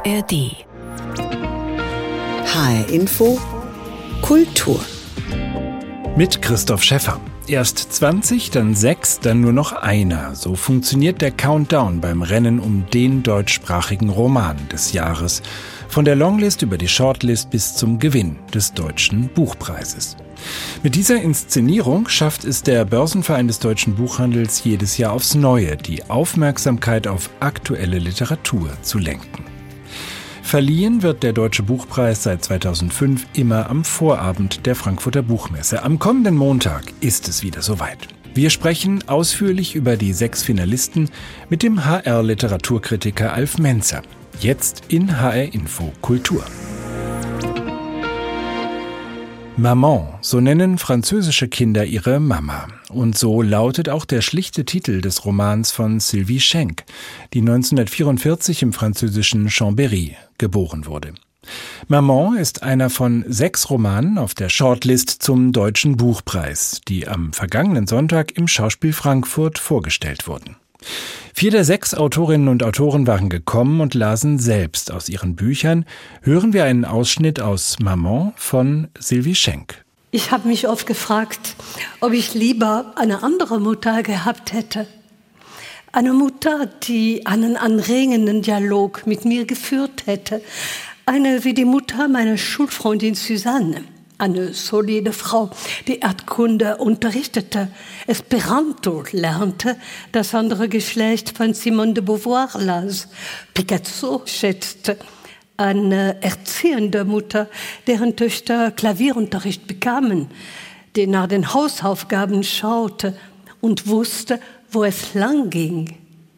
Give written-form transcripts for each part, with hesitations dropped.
ARD. HR Info Kultur. Mit Christoph Schäffer. Erst 20, dann 6, dann nur noch einer. So funktioniert der Countdown beim Rennen um den deutschsprachigen Roman des Jahres. Von der Longlist über die Shortlist bis zum Gewinn des Deutschen Buchpreises. Mit dieser Inszenierung schafft es der Börsenverein des deutschen Buchhandels jedes Jahr aufs Neue, die Aufmerksamkeit auf aktuelle Literatur zu lenken. Verliehen wird der Deutsche Buchpreis seit 2005 immer am Vorabend der Frankfurter Buchmesse. Am kommenden Montag ist es wieder soweit. Wir sprechen ausführlich über die 6 Finalisten mit dem HR-Literaturkritiker Alf Menzer. Jetzt in HR Info Kultur. Maman, so nennen französische Kinder ihre Mama. Und so lautet auch der schlichte Titel des Romans von Sylvie Schenk, die 1944 im französischen Chambéry geboren wurde. Maman ist einer von 6 Romanen auf der Shortlist zum Deutschen Buchpreis, die am vergangenen Sonntag im Schauspiel Frankfurt vorgestellt wurden. 4 der 6 Autorinnen und Autoren waren gekommen und lasen selbst aus ihren Büchern. Hören wir einen Ausschnitt aus Maman von Sylvie Schenk. Ich habe mich oft gefragt, ob ich lieber eine andere Mutter gehabt hätte. Eine Mutter, die einen anregenden Dialog mit mir geführt hätte. Eine wie die Mutter meiner Schulfreundin Susanne. Eine solide Frau, die Erdkunde unterrichtete, Esperanto lernte, das andere Geschlecht von Simone de Beauvoir las, Picasso schätzte. Eine erziehende Mutter, deren Töchter Klavierunterricht bekamen, die nach den Hausaufgaben schaute und wusste, wo es lang ging.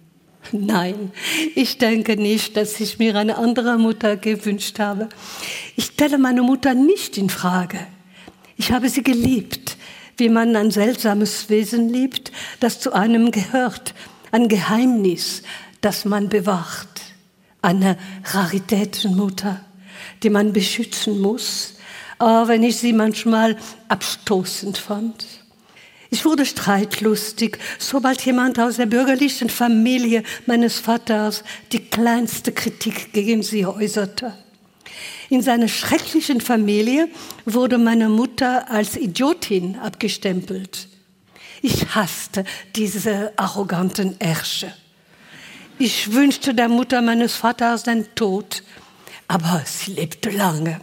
Nein, ich denke nicht, dass ich mir eine andere Mutter gewünscht habe. Ich stelle meine Mutter nicht in Frage. Ich habe sie geliebt, wie man ein seltsames Wesen liebt, das zu einem gehört, ein Geheimnis, das man bewacht. Eine Raritätenmutter, die man beschützen muss, auch wenn ich sie manchmal abstoßend fand. Ich wurde streitlustig, sobald jemand aus der bürgerlichen Familie meines Vaters die kleinste Kritik gegen sie äußerte. In seiner schrecklichen Familie wurde meine Mutter als Idiotin abgestempelt. Ich hasste diese arroganten Ärsche. Ich wünschte der Mutter meines Vaters den Tod, aber sie lebte lange.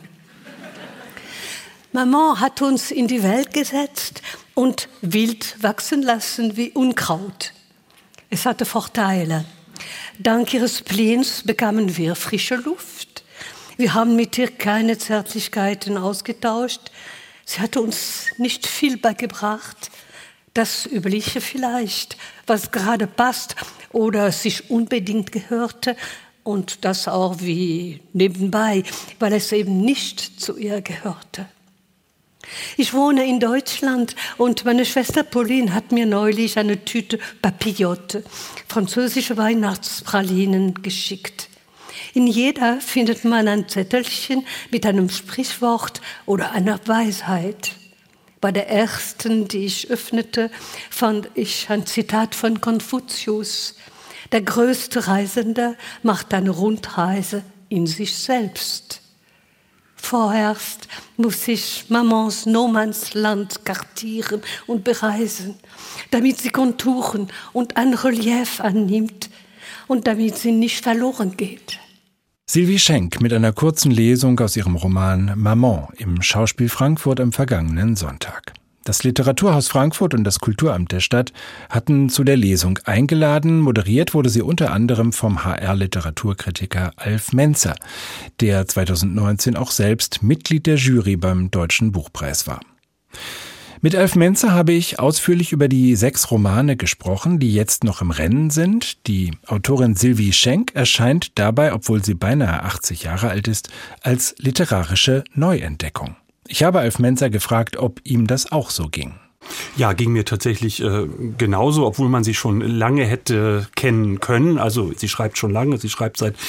Maman hat uns in die Welt gesetzt und wild wachsen lassen wie Unkraut. Es hatte Vorteile. Dank ihres Spleens bekamen wir frische Luft. Wir haben mit ihr keine Zärtlichkeiten ausgetauscht. Sie hatte uns nicht viel beigebracht. Das Übliche vielleicht, was gerade passt oder sich unbedingt gehörte. Und das auch wie nebenbei, weil es eben nicht zu ihr gehörte. Ich wohne in Deutschland und meine Schwester Pauline hat mir neulich eine Tüte Papillote, französische Weihnachtspralinen, geschickt. In jeder findet man ein Zettelchen mit einem Sprichwort oder einer Weisheit. Bei der ersten, die ich öffnete, fand ich ein Zitat von Konfuzius. Der größte Reisende macht eine Rundreise in sich selbst. Vorerst muss ich Mamans No-Manns-Land kartieren und bereisen, damit sie Konturen und ein Relief annimmt und damit sie nicht verloren geht. Sylvie Schenk mit einer kurzen Lesung aus ihrem Roman Maman im Schauspiel Frankfurt am vergangenen Sonntag. Das Literaturhaus Frankfurt und das Kulturamt der Stadt hatten zu der Lesung eingeladen. Moderiert wurde sie unter anderem vom HR-Literaturkritiker Alf Menzer, der 2019 auch selbst Mitglied der Jury beim Deutschen Buchpreis war. Mit Alf Menzer habe ich ausführlich über die 6 Romane gesprochen, die jetzt noch im Rennen sind. Die Autorin Sylvie Schenk erscheint dabei, obwohl sie beinahe 80 Jahre alt ist, als literarische Neuentdeckung. Ich habe Alf Menzer gefragt, ob ihm das auch so ging. Ja, ging mir tatsächlich genauso, obwohl man sie schon lange hätte kennen können. Also sie schreibt schon lange, sie schreibt seit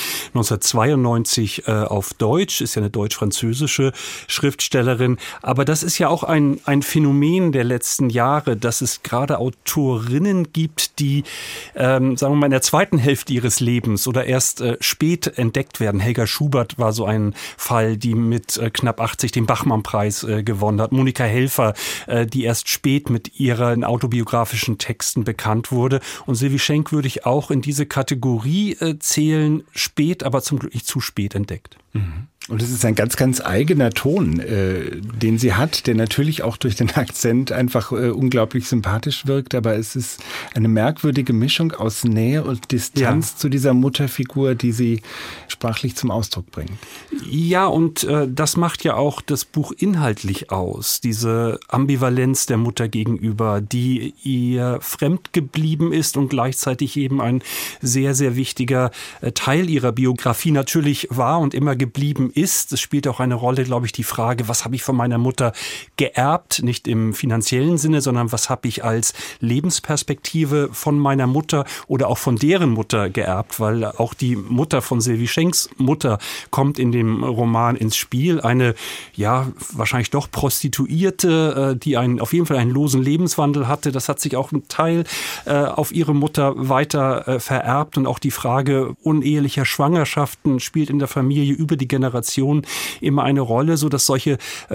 1992 auf Deutsch, ist ja eine deutsch-französische Schriftstellerin. Aber das ist ja auch ein Phänomen der letzten Jahre, dass es gerade Autorinnen gibt, die, sagen wir mal, in der zweiten Hälfte ihres Lebens oder erst spät entdeckt werden. Helga Schubert war so ein Fall, die mit knapp 80 den Bachmann-Preis gewonnen hat. Monika Helfer, die erst spät mit ihren autobiografischen Texten bekannt wurde. Und Sylvie Schenk würde ich auch in diese Kategorie zählen, spät, aber zum Glück nicht zu spät entdeckt. Mhm. Und es ist ein ganz, ganz eigener Ton, den sie hat, der natürlich auch durch den Akzent einfach unglaublich sympathisch wirkt. Aber es ist eine merkwürdige Mischung aus Nähe und Distanz zu dieser Mutterfigur, die sie sprachlich zum Ausdruck bringt. Ja, und das macht ja auch das Buch inhaltlich aus. Diese Ambivalenz der Mutter gegenüber, die ihr fremd geblieben ist und gleichzeitig eben ein sehr, sehr wichtiger Teil ihrer Biografie natürlich war und immer geblieben ist. Es spielt auch eine Rolle, glaube ich, die Frage, was habe ich von meiner Mutter geerbt? Nicht im finanziellen Sinne, sondern was habe ich als Lebensperspektive von meiner Mutter oder auch von deren Mutter geerbt? Weil auch die Mutter von Sylvie Schenks Mutter kommt in dem Roman ins Spiel. Eine, ja, wahrscheinlich doch Prostituierte, die auf jeden Fall einen losen Lebenswandel hatte. Das hat sich auch ein Teil auf ihre Mutter weiter vererbt. Und auch die Frage unehelicher Schwangerschaften spielt in der Familie über die Generation immer eine Rolle, so dass solche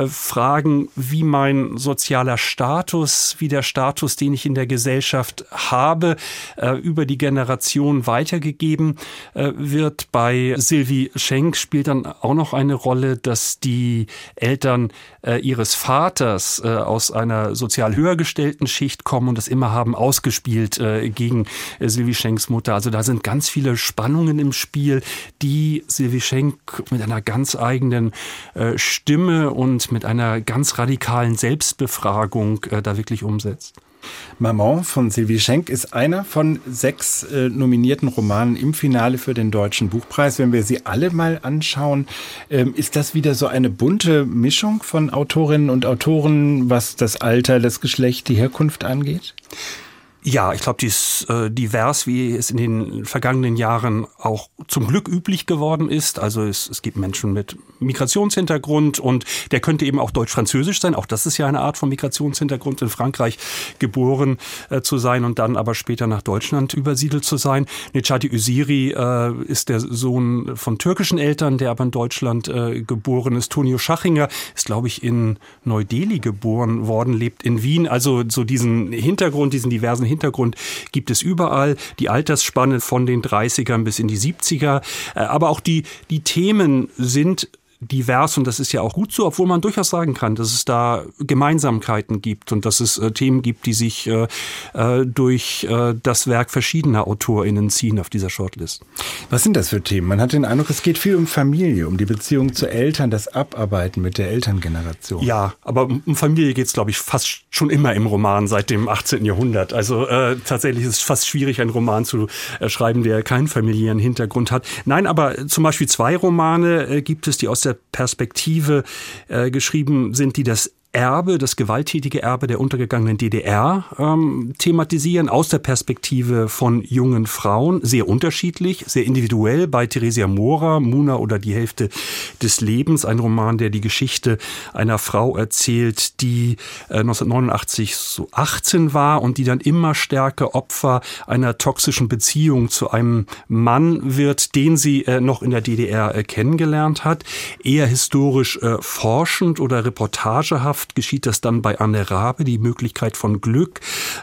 Fragen wie mein sozialer Status, wie der Status, den ich in der Gesellschaft habe, über die Generation weitergegeben wird. Bei Sylvie Schenk spielt dann auch noch eine Rolle, dass die Eltern ihres Vaters aus einer sozial höher gestellten Schicht kommen und das immer haben ausgespielt gegen Sylvie Schenks Mutter. Also da sind ganz viele Spannungen im Spiel, die Sylvie Schenk mit einer ganz eigenen Stimme und mit einer ganz radikalen Selbstbefragung da wirklich umsetzt. Maman von Sylvie Schenk ist einer von 6 nominierten Romanen im Finale für den Deutschen Buchpreis. Wenn wir sie alle mal anschauen, ist das wieder so eine bunte Mischung von Autorinnen und Autoren, was das Alter, das Geschlecht, die Herkunft angeht? Ja, ich glaube, die ist divers, wie es in den vergangenen Jahren auch zum Glück üblich geworden ist. Also es gibt Menschen mit Migrationshintergrund und der könnte eben auch deutsch-französisch sein. Auch das ist ja eine Art von Migrationshintergrund, in Frankreich geboren zu sein und dann aber später nach Deutschland übersiedelt zu sein. Necati Öziri ist der Sohn von türkischen Eltern, der aber in Deutschland geboren ist. Tonio Schachinger ist, glaube ich, in Neu-Delhi geboren worden, lebt in Wien. Also so diesen Hintergrund, diesen diversen Hintergrund gibt es überall. Die Altersspanne von den 30ern bis in die 70er. Aber auch die Themen sind divers und das ist ja auch gut so, obwohl man durchaus sagen kann, dass es da Gemeinsamkeiten gibt und dass es Themen gibt, die sich durch das Werk verschiedener AutorInnen ziehen auf dieser Shortlist. Was sind das für Themen? Man hat den Eindruck, es geht viel um Familie, um die Beziehung zu Eltern, das Abarbeiten mit der Elterngeneration. Ja, aber um Familie geht es, glaube ich, fast schon immer im Roman seit dem 18. Jahrhundert. Also tatsächlich ist es fast schwierig, einen Roman zu schreiben, der keinen familiären Hintergrund hat. Nein, aber zum Beispiel 2 Romane gibt es, die aus der Perspektive geschrieben sind, die das gewalttätige Erbe der untergegangenen DDR thematisieren, aus der Perspektive von jungen Frauen, sehr unterschiedlich, sehr individuell. Bei Theresia Mora, Muna oder die Hälfte des Lebens, ein Roman, der die Geschichte einer Frau erzählt, die 1989 so 18 war und die dann immer stärker Opfer einer toxischen Beziehung zu einem Mann wird, den sie noch in der DDR kennengelernt hat. Eher historisch forschend oder reportagehaft geschieht das dann bei Anne Rabe, die Möglichkeit von Glück,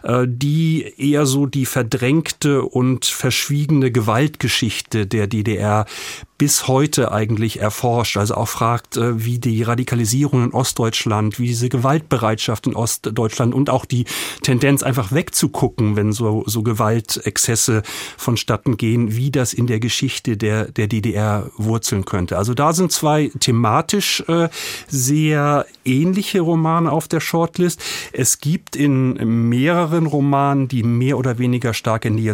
die eher so die verdrängte und verschwiegene Gewaltgeschichte der DDR bis heute eigentlich erforscht, also auch fragt, wie die Radikalisierung in Ostdeutschland, wie diese Gewaltbereitschaft in Ostdeutschland und auch die Tendenz einfach wegzugucken, wenn so Gewaltexzesse vonstatten gehen, wie das in der Geschichte der DDR wurzeln könnte. Also da sind 2 thematisch sehr ähnliche Romane auf der Shortlist. Es gibt in mehreren Romanen die mehr oder weniger starke Nähe zu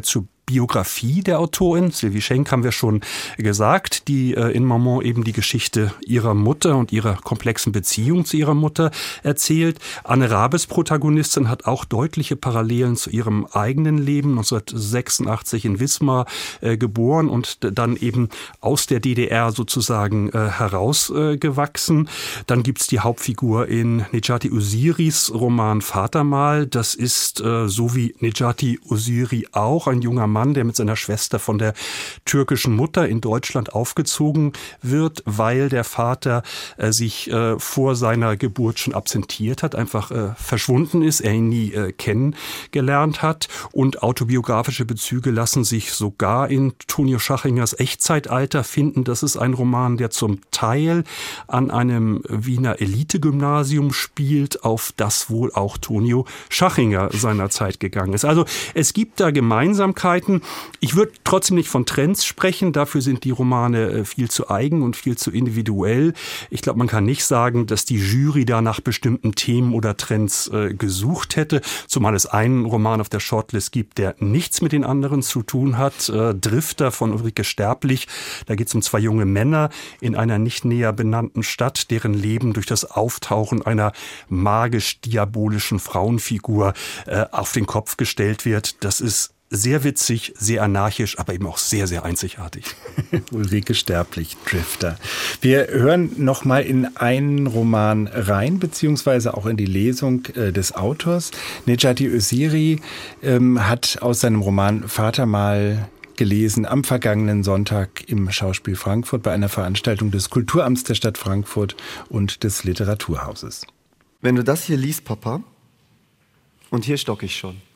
Biografie der Autorin. Sylvie Schenk haben wir schon gesagt, die in Maman eben die Geschichte ihrer Mutter und ihrer komplexen Beziehung zu ihrer Mutter erzählt. Anne Rabes, Protagonistin, hat auch deutliche Parallelen zu ihrem eigenen Leben, 1986 in Wismar geboren und dann eben aus der DDR sozusagen herausgewachsen. Dann gibt's die Hauptfigur in Necati Osiris Roman Vatermal. Das ist so wie Necati Osiri auch ein junger Mann, der mit seiner Schwester von der türkischen Mutter in Deutschland aufgezogen wird, weil der Vater sich vor seiner Geburt schon absentiert hat, einfach verschwunden ist, er ihn nie kennengelernt hat. Und autobiografische Bezüge lassen sich sogar in Tonio Schachingers Echtzeitalter finden. Das ist ein Roman, der zum Teil an einem Wiener Elite-Gymnasium spielt, auf das wohl auch Tonio Schachinger seinerzeit gegangen ist. Also es gibt da Gemeinsamkeiten. Ich würde trotzdem nicht von Trends sprechen. Dafür sind die Romane viel zu eigen und viel zu individuell. Ich glaube, man kann nicht sagen, dass die Jury da nach bestimmten Themen oder Trends gesucht hätte. Zumal es einen Roman auf der Shortlist gibt, der nichts mit den anderen zu tun hat. Drifter von Ulrike Sterblich. Da geht es um zwei junge Männer in einer nicht näher benannten Stadt, deren Leben durch das Auftauchen einer magisch-diabolischen Frauenfigur auf den Kopf gestellt wird. Das ist sehr witzig, sehr anarchisch, aber eben auch sehr, sehr einzigartig. Ulrike Sterblich, Drifter. Wir hören noch mal in einen Roman rein, beziehungsweise auch in die Lesung des Autors. Necati Öziri hat aus seinem Roman Vatermal gelesen am vergangenen Sonntag im Schauspiel Frankfurt bei einer Veranstaltung des Kulturamts der Stadt Frankfurt und des Literaturhauses. Wenn du das hier liest, Papa, und hier stocke ich schon.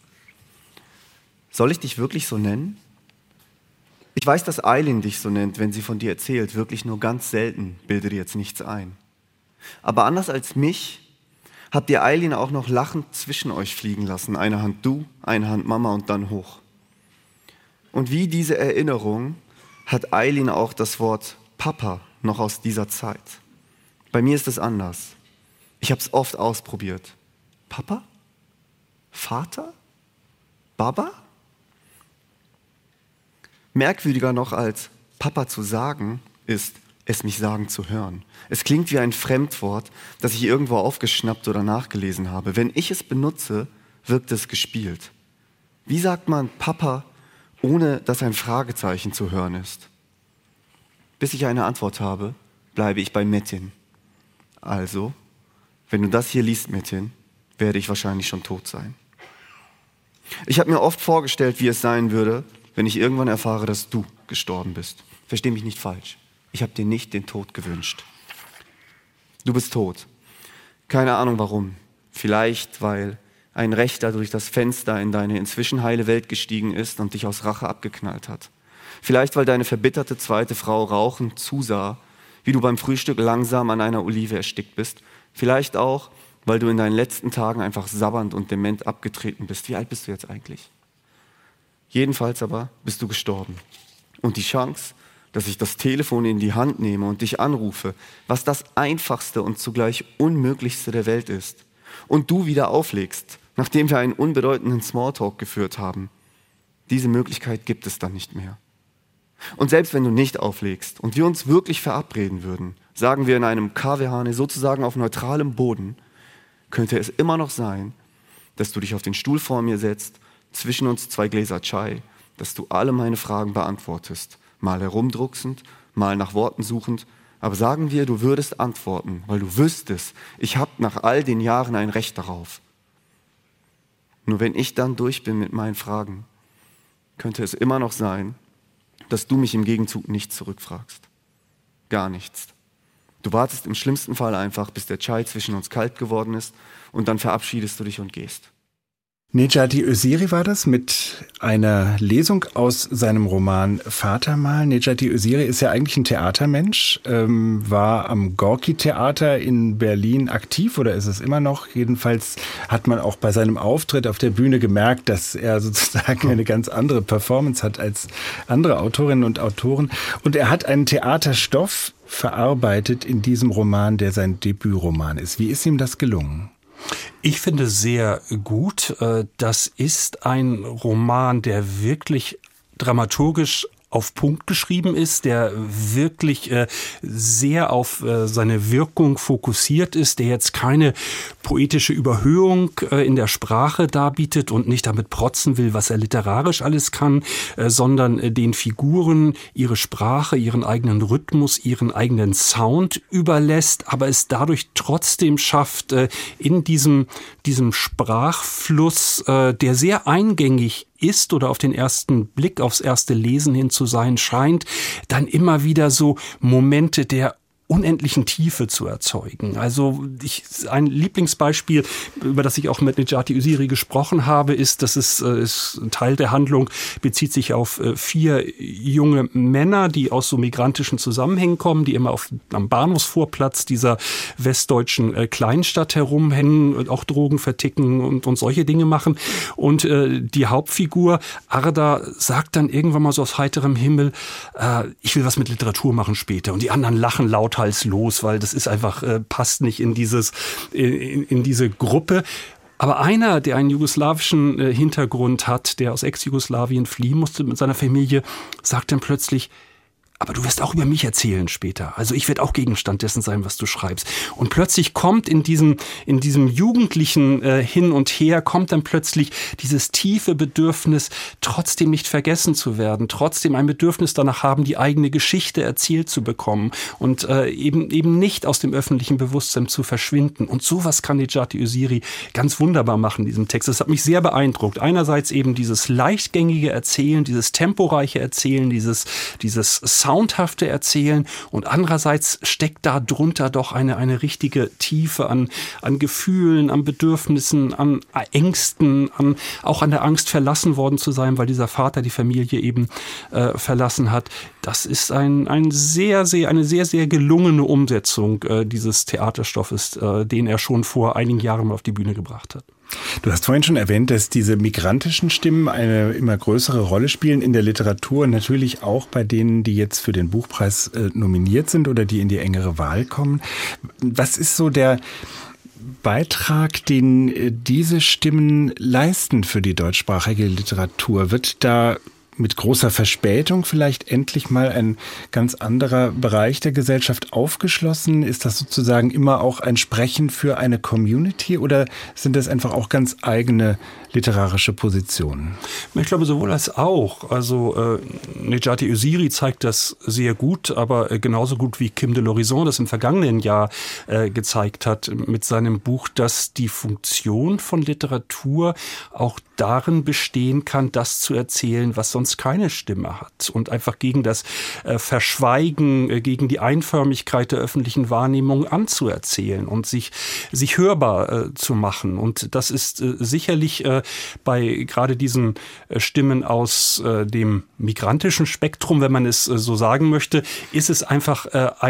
Soll ich dich wirklich so nennen? Ich weiß, dass Eileen dich so nennt, wenn sie von dir erzählt. Wirklich nur ganz selten, bilde dir jetzt nichts ein. Aber anders als mich habt ihr Eileen auch noch lachend zwischen euch fliegen lassen. Eine Hand du, eine Hand Mama und dann hoch. Und wie diese Erinnerung hat Eileen auch das Wort Papa noch aus dieser Zeit. Bei mir ist es anders. Ich habe es oft ausprobiert. Papa? Vater? Baba? Merkwürdiger noch als Papa zu sagen, ist, es mich sagen zu hören. Es klingt wie ein Fremdwort, das ich irgendwo aufgeschnappt oder nachgelesen habe. Wenn ich es benutze, wirkt es gespielt. Wie sagt man Papa, ohne dass ein Fragezeichen zu hören ist? Bis ich eine Antwort habe, bleibe ich bei Metin. Also, wenn du das hier liest, Metin, werde ich wahrscheinlich schon tot sein. Ich habe mir oft vorgestellt, wie es sein würde, wenn ich irgendwann erfahre, dass du gestorben bist. Versteh mich nicht falsch. Ich habe dir nicht den Tod gewünscht. Du bist tot. Keine Ahnung warum. Vielleicht, weil ein Wächter durch das Fenster in deine inzwischen heile Welt gestiegen ist und dich aus Rache abgeknallt hat. Vielleicht, weil deine verbitterte zweite Frau rauchend zusah, wie du beim Frühstück langsam an einer Olive erstickt bist. Vielleicht auch, weil du in deinen letzten Tagen einfach sabbernd und dement abgetreten bist. Wie alt bist du jetzt eigentlich? Jedenfalls aber bist du gestorben. Und die Chance, dass ich das Telefon in die Hand nehme und dich anrufe, was das Einfachste und zugleich Unmöglichste der Welt ist, und du wieder auflegst, nachdem wir einen unbedeutenden Smalltalk geführt haben, diese Möglichkeit gibt es dann nicht mehr. Und selbst wenn du nicht auflegst und wir uns wirklich verabreden würden, sagen wir in einem Kaffeehane sozusagen auf neutralem Boden, könnte es immer noch sein, dass du dich auf den Stuhl vor mir setzt, zwischen uns 2 Gläser Chai, dass du alle meine Fragen beantwortest, mal herumdrucksend, mal nach Worten suchend, aber sagen wir, du würdest antworten, weil du wüsstest, ich habe nach all den Jahren ein Recht darauf. Nur wenn ich dann durch bin mit meinen Fragen, könnte es immer noch sein, dass du mich im Gegenzug nicht zurückfragst. Gar nichts. Du wartest im schlimmsten Fall einfach, bis der Chai zwischen uns kalt geworden ist und dann verabschiedest du dich und gehst. Necati Öziri war das mit einer Lesung aus seinem Roman Vatermal. Necati Öziri ist ja eigentlich ein Theatermensch, war am Gorki-Theater in Berlin aktiv oder ist es immer noch? Jedenfalls hat man auch bei seinem Auftritt auf der Bühne gemerkt, dass er sozusagen eine ganz andere Performance hat als andere Autorinnen und Autoren. Und er hat einen Theaterstoff verarbeitet in diesem Roman, der sein Debütroman ist. Wie ist ihm das gelungen? Ich finde sehr gut. Das ist ein Roman, der wirklich dramaturgisch auf Punkt geschrieben ist, der wirklich sehr auf seine Wirkung fokussiert ist, der jetzt keine poetische Überhöhung in der Sprache darbietet und nicht damit protzen will, was er literarisch alles kann, sondern den Figuren ihre Sprache, ihren eigenen Rhythmus, ihren eigenen Sound überlässt, aber es dadurch trotzdem schafft, in diesem Sprachfluss, der sehr eingängig ist oder auf den ersten Blick, aufs erste Lesen hin zu sein scheint, dann immer wieder so Momente der unendlichen Tiefe zu erzeugen. Also ein Lieblingsbeispiel, über das ich auch mit Necati Usiri gesprochen habe, ist, dass ist ein Teil der Handlung, bezieht sich auf 4 junge Männer, die aus so migrantischen Zusammenhängen kommen, die immer am Bahnhofsvorplatz dieser westdeutschen Kleinstadt herumhängen und auch Drogen verticken und solche Dinge machen. Und die Hauptfigur, Arda, sagt dann irgendwann mal so aus heiterem Himmel, ich will was mit Literatur machen später. Und die anderen lachen lauthals los, weil das ist einfach, passt nicht in diese Gruppe. Aber einer, der einen jugoslawischen Hintergrund hat, der aus Ex-Jugoslawien fliehen musste mit seiner Familie, sagt dann plötzlich, aber du wirst auch über mich erzählen später. Also ich werde auch Gegenstand dessen sein, was du schreibst. Und plötzlich kommt in diesem jugendlichen Hin und Her, kommt dann plötzlich dieses tiefe Bedürfnis, trotzdem nicht vergessen zu werden, trotzdem ein Bedürfnis danach haben, die eigene Geschichte erzählt zu bekommen und eben nicht aus dem öffentlichen Bewusstsein zu verschwinden. Und sowas kann Necati Usiri ganz wunderbar machen in diesem Text. Das hat mich sehr beeindruckt. Einerseits eben dieses leichtgängige Erzählen, dieses temporeiche Erzählen, dieses soundhafte Erzählen und andererseits steckt da drunter doch eine richtige Tiefe an Gefühlen, an Bedürfnissen, an Ängsten, auch an der Angst, verlassen worden zu sein, weil dieser Vater die Familie eben verlassen hat. Das ist eine sehr, sehr gelungene Umsetzung dieses Theaterstoffes, den er schon vor einigen Jahren mal auf die Bühne gebracht hat. Du hast vorhin schon erwähnt, dass diese migrantischen Stimmen eine immer größere Rolle spielen in der Literatur, natürlich auch bei denen, die jetzt für den Buchpreis nominiert sind oder die in die engere Wahl kommen. Was ist so der Beitrag, den diese Stimmen leisten für die deutschsprachige Literatur? Wird da mit großer Verspätung vielleicht endlich mal ein ganz anderer Bereich der Gesellschaft aufgeschlossen? Ist das sozusagen immer auch ein Sprechen für eine Community oder sind das einfach auch ganz eigene literarische Positionen? Ich glaube sowohl als auch. Also Necati Usiri zeigt das sehr gut, aber genauso gut wie Kim de l'Horizon das im vergangenen Jahr gezeigt hat mit seinem Buch, dass die Funktion von Literatur auch darin bestehen kann, das zu erzählen, was sonst keine Stimme hat und einfach gegen das Verschweigen, gegen die Einförmigkeit der öffentlichen Wahrnehmung anzuerzählen und sich hörbar zu machen. Und das ist sicherlich bei gerade diesen Stimmen aus dem migrantischen Spektrum, wenn man es so sagen möchte, ist es einfach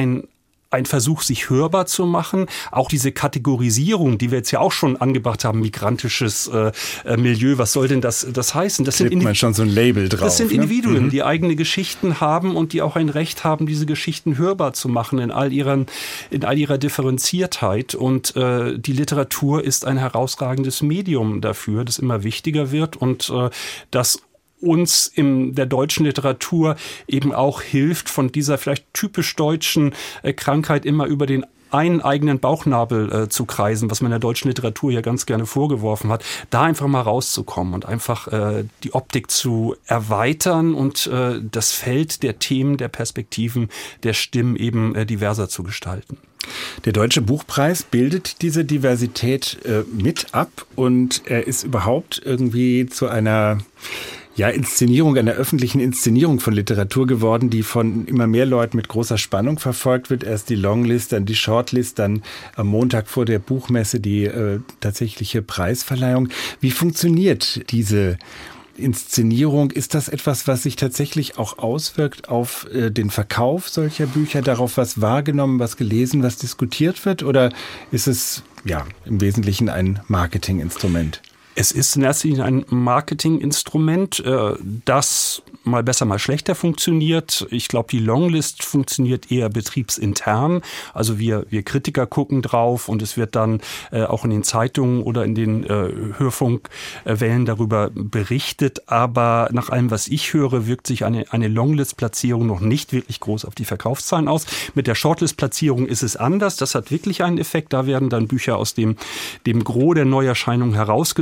ein Versuch, sich hörbar zu machen. Auch diese Kategorisierung, die wir jetzt ja auch schon angebracht haben, migrantisches Milieu, was soll denn das heißen? Das klebt man schon so ein Label drauf. Das sind Individuen, die eigene Geschichten haben und die auch ein Recht haben, diese Geschichten hörbar zu machen in all ihrer Differenziertheit. Und die Literatur ist ein herausragendes Medium dafür, das immer wichtiger wird und das uns in der deutschen Literatur eben auch hilft, von dieser vielleicht typisch deutschen Krankheit immer über den einen eigenen Bauchnabel zu kreisen, was man in der deutschen Literatur ja ganz gerne vorgeworfen hat, da einfach mal rauszukommen und einfach die Optik zu erweitern und das Feld der Themen, der Perspektiven, der Stimmen eben diverser zu gestalten. Der Deutsche Buchpreis bildet diese Diversität mit ab und er ist überhaupt irgendwie zu einer Inszenierung, einer öffentlichen Inszenierung von Literatur geworden, die von immer mehr Leuten mit großer Spannung verfolgt wird. Erst die Longlist, dann die Shortlist, dann am Montag vor der Buchmesse die tatsächliche Preisverleihung. Wie funktioniert diese Inszenierung? Ist das etwas, was sich tatsächlich auch auswirkt auf den Verkauf solcher Bücher, darauf, was wahrgenommen, was gelesen, was diskutiert wird? Oder ist es im Wesentlichen ein Marketinginstrument? Es ist in erster Linie ein Marketinginstrument, das mal besser, mal schlechter funktioniert. Ich glaube, die Longlist funktioniert eher betriebsintern. Also wir Kritiker gucken drauf und es wird dann auch in den Zeitungen oder in den Hörfunkwellen darüber berichtet. Aber nach allem, was ich höre, wirkt sich eine Longlist-Platzierung noch nicht wirklich groß auf die Verkaufszahlen aus. Mit der Shortlist-Platzierung ist es anders. Das hat wirklich einen Effekt. Da werden dann Bücher aus dem Gros der Neuerscheinungen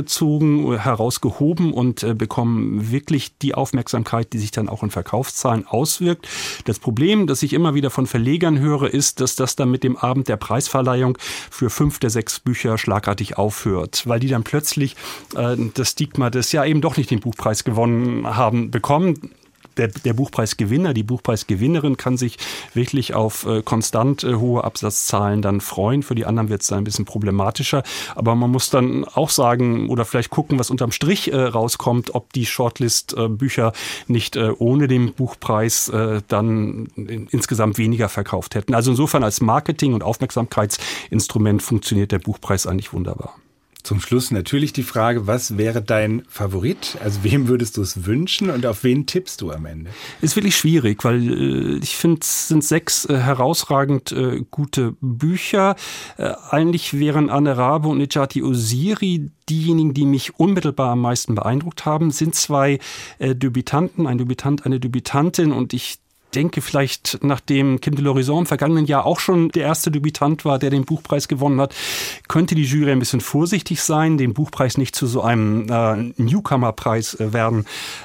herausgehoben und bekommen wirklich die Aufmerksamkeit, die sich dann auch in Verkaufszahlen auswirkt. Das Problem, das ich immer wieder von Verlegern höre, ist, dass das dann mit dem Abend der Preisverleihung für 5 der 6 Bücher schlagartig aufhört, weil die dann plötzlich das Stigma des ja eben doch nicht den Buchpreis gewonnen haben bekommen. Der Buchpreisgewinner, die Buchpreisgewinnerin kann sich wirklich auf konstant hohe Absatzzahlen dann freuen. Für die anderen wird es dann ein bisschen problematischer. Aber man muss dann auch sagen oder vielleicht gucken, was unterm Strich rauskommt, ob die Shortlist-Bücher nicht ohne den Buchpreis dann insgesamt weniger verkauft hätten. Also insofern als Marketing- und Aufmerksamkeitsinstrument funktioniert der Buchpreis eigentlich wunderbar. Zum Schluss natürlich die Frage, was wäre dein Favorit? Also wem würdest du es wünschen und auf wen tippst du am Ende? Ist wirklich schwierig, weil ich finde, es sind 6 herausragend gute Bücher. Eigentlich wären Anne Rabe und Necati Osiri diejenigen, die mich unmittelbar am meisten beeindruckt haben. Sind 2 Debütanten, ein Debütant, eine Debütantin, und ich denke vielleicht, nachdem Kim de l'Horizon im vergangenen Jahr auch schon der erste Debütant war, der den Buchpreis gewonnen hat, könnte die Jury ein bisschen vorsichtig sein, den Buchpreis nicht zu so einem Newcomer-Preis werden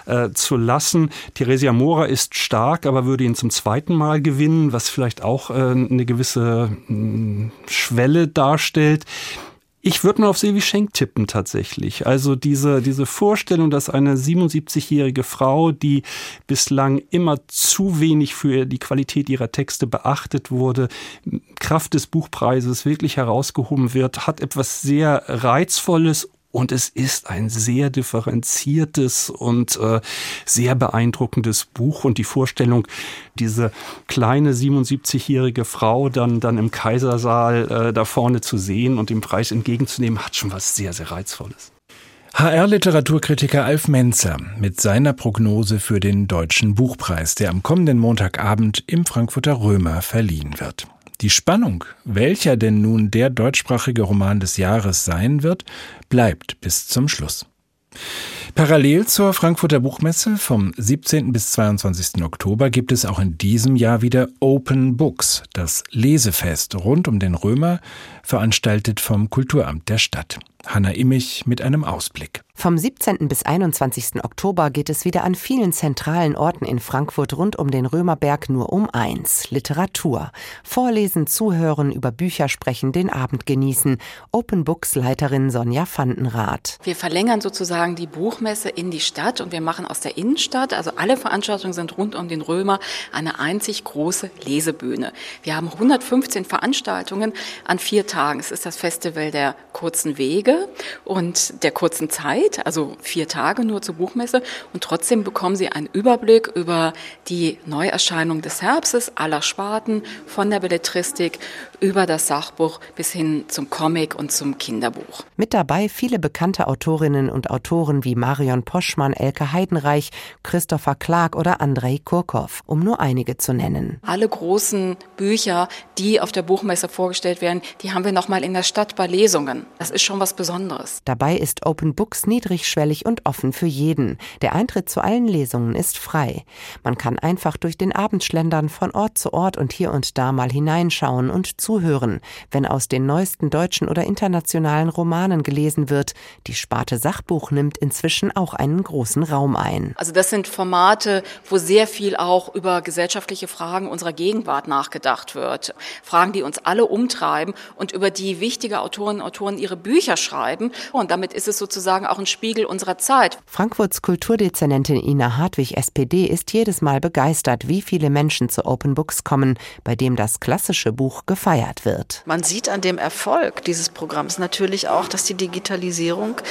zu lassen. Theresia Mora ist stark, aber würde ihn zum 2. Mal gewinnen, was vielleicht auch eine gewisse Schwelle darstellt. Ich würde mal auf Sylvie Schenk tippen tatsächlich. Also diese Vorstellung, dass eine 77-jährige Frau, die bislang immer zu wenig für die Qualität ihrer Texte beachtet wurde, Kraft des Buchpreises wirklich herausgehoben wird, hat etwas sehr Reizvolles. Und es ist ein sehr differenziertes und sehr beeindruckendes Buch. Und die Vorstellung, diese kleine 77-jährige Frau dann im Kaisersaal da vorne zu sehen und den Preis entgegenzunehmen, hat schon was sehr, sehr Reizvolles. HR-Literaturkritiker Alf Menzer mit seiner Prognose für den Deutschen Buchpreis, der am kommenden Montagabend im Frankfurter Römer verliehen wird. Die Spannung, welcher denn nun der deutschsprachige Roman des Jahres sein wird, bleibt bis zum Schluss. Parallel zur Frankfurter Buchmesse vom 17. bis 22. Oktober gibt es auch in diesem Jahr wieder Open Books, das Lesefest rund um den Römer, veranstaltet vom Kulturamt der Stadt. Hanna Immich mit einem Ausblick. Vom 17. bis 21. Oktober geht es wieder an vielen zentralen Orten in Frankfurt rund um den Römerberg nur um eins: Literatur. Vorlesen, zuhören, über Bücher sprechen, den Abend genießen. Open Books Leiterin Sonja Vandenrath. Wir verlängern sozusagen die Buchmesse in die Stadt und wir machen aus der Innenstadt, also alle Veranstaltungen sind rund um den Römer, eine einzig große Lesebühne. Wir haben 115 Veranstaltungen an 4 Tagen. Es ist das Festival der kurzen Wege und der kurzen Zeit, also 4 Tage nur zur Buchmesse, und trotzdem bekommen Sie einen Überblick über die Neuerscheinung des Herbstes aller Sparten, von der Belletristik über das Sachbuch bis hin zum Comic und zum Kinderbuch. Mit dabei viele bekannte Autorinnen und Autoren wie Marion Poschmann, Elke Heidenreich, Christopher Clark oder Andrei Kurkow, um nur einige zu nennen. Alle großen Bücher, die auf der Buchmesse vorgestellt werden, die haben wir nochmal in der Stadt bei Lesungen. Das ist schon was Besonderes. Dabei ist Open Books niedrigschwellig und offen für jeden. Der Eintritt zu allen Lesungen ist frei. Man kann einfach durch den Abend schlendern, von Ort zu Ort und hier und da mal hineinschauen und zuhören, wenn aus den neuesten deutschen oder internationalen Romanen gelesen wird. Die Sparte Sachbuch nimmt inzwischen auch einen großen Raum ein. Also das sind Formate, wo sehr viel auch über gesellschaftliche Fragen unserer Gegenwart nachgedacht wird. Fragen, die uns alle umtreiben und über die wichtige Autorinnen und Autoren ihre Bücher schreiben. Und damit ist es sozusagen auch ein Spiegel unserer Zeit. Frankfurts Kulturdezernentin Ina Hartwig, SPD, ist jedes Mal begeistert, wie viele Menschen zu Open Books kommen, bei dem das klassische Buch gefeiert wird. Man sieht an dem Erfolg dieses Programms natürlich auch, dass die Digitalisierung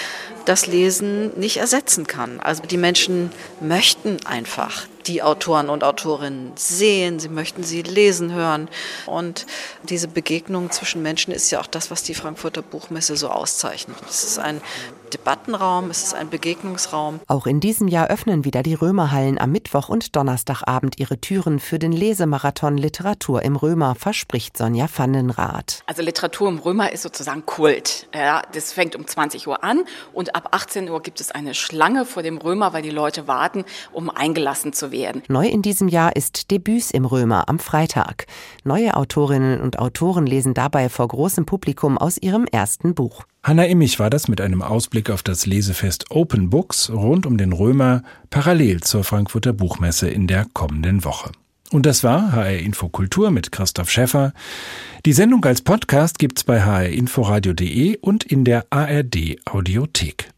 das Lesen nicht ersetzen kann. Also die Menschen möchten einfach die Autoren und Autorinnen sehen, sie möchten sie lesen hören. Und diese Begegnung zwischen Menschen ist ja auch das, was die Frankfurter Buchmesse so auszeichnet. Es ist ein Debattenraum, es ist ein Begegnungsraum. Auch in diesem Jahr öffnen wieder die Römerhallen am Mittwoch und Donnerstagabend ihre Türen für den Lesemarathon Literatur im Römer, verspricht Sonja Vandenrath. Also Literatur im Römer ist sozusagen Kult. Ja, das fängt um 20 Uhr an und ab 18 Uhr gibt es eine Schlange vor dem Römer, weil die Leute warten, um eingelassen zu werden. Neu in diesem Jahr ist Debüts im Römer am Freitag. Neue Autorinnen und Autoren lesen dabei vor großem Publikum aus ihrem ersten Buch. Hanna Immich war das mit einem Ausblick auf das Lesefest Open Books rund um den Römer, parallel zur Frankfurter Buchmesse in der kommenden Woche. Und das war HR Info Kultur mit Christoph Schäffer. Die Sendung als Podcast gibt's bei hrinforadio.de und in der ARD Audiothek.